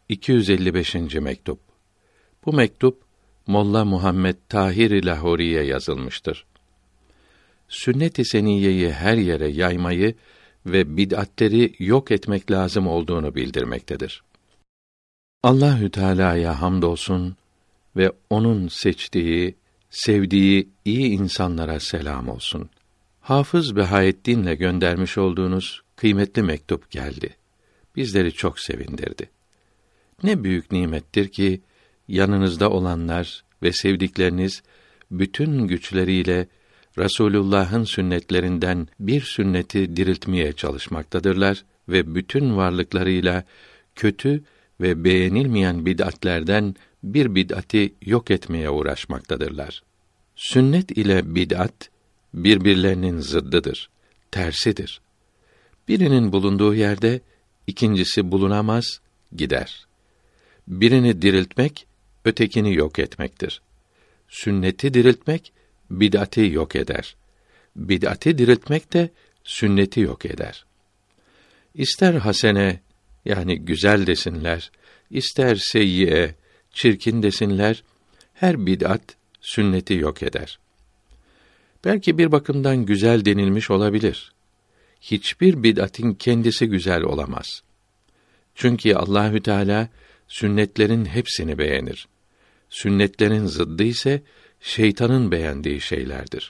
255. mektup. Bu mektup Molla Muhammed Tahir Lahori'ye yazılmıştır. Sünnet-i seniyyeyi her yere yaymayı ve bid'atleri yok etmek lazım olduğunu bildirmektedir. Allahü Teala'ya hamdolsun ve onun seçtiği, sevdiği iyi insanlara selam olsun. Hafız Behaettin'le göndermiş olduğunuz kıymetli mektup geldi. Bizleri çok sevindirdi. Ne büyük nimettir ki yanınızda olanlar ve sevdikleriniz bütün güçleriyle Resulullah'ın sünnetlerinden bir sünneti diriltmeye çalışmaktadırlar ve bütün varlıklarıyla kötü ve beğenilmeyen bid'atlerden bir bid'ati yok etmeye uğraşmaktadırlar. Sünnet ile bid'at birbirlerinin zıddıdır, tersidir. Birinin bulunduğu yerde ikincisi bulunamaz, gider. Birini diriltmek, ötekini yok etmektir. Sünneti diriltmek, bid'ati yok eder. Bid'ati diriltmek de sünneti yok eder. İster hasene, yani güzel desinler, ister seyyiye, çirkin desinler, her bid'at sünneti yok eder. Belki bir bakımdan güzel denilmiş olabilir. Hiçbir bid'atin kendisi güzel olamaz. Çünkü Allahü Teala sünnetlerin hepsini beğenir. Sünnetlerin zıddı ise şeytanın beğendiği şeylerdir.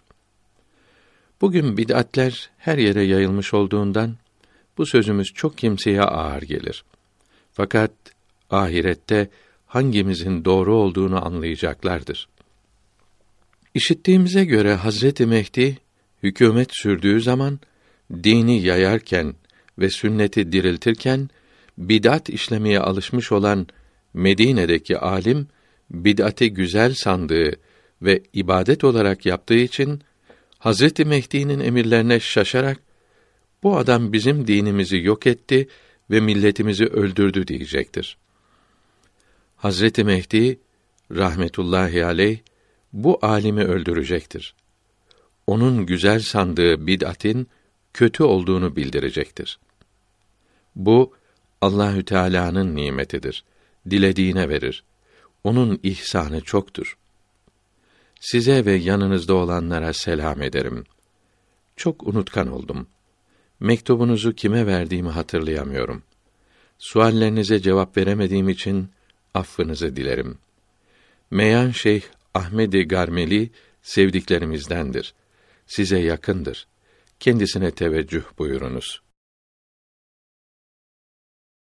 Bugün bid'atler her yere yayılmış olduğundan bu sözümüz çok kimseye ağır gelir. Fakat ahirette hangimizin doğru olduğunu anlayacaklardır. İşittiğimize göre Hazreti Mehdi hükümet sürdüğü zaman dini yayarken ve sünneti diriltirken bid'at işlemeye alışmış olan Medine'deki alim bid'ati güzel sandığı ve ibadet olarak yaptığı için Hazreti Mehdi'nin emirlerine şaşarak bu adam bizim dinimizi yok etti ve milletimizi öldürdü diyecektir. Hazreti Mehdi rahmetullahi aleyh bu alimi öldürecektir. Onun güzel sandığı bid'atin kötü olduğunu bildirecektir. Bu Allahü Teala'nın nimetidir. Dilediğine verir. Onun ihsanı çoktur. Size ve yanınızda olanlara selam ederim. Çok unutkan oldum. Mektubunuzu kime verdiğimi hatırlayamıyorum. Suallerinize cevap veremediğim için affınızı dilerim. Meyan Şeyh Ahmed-i Garmeli sevdiklerimizdendir. Size yakındır. Kendisine teveccüh buyurunuz.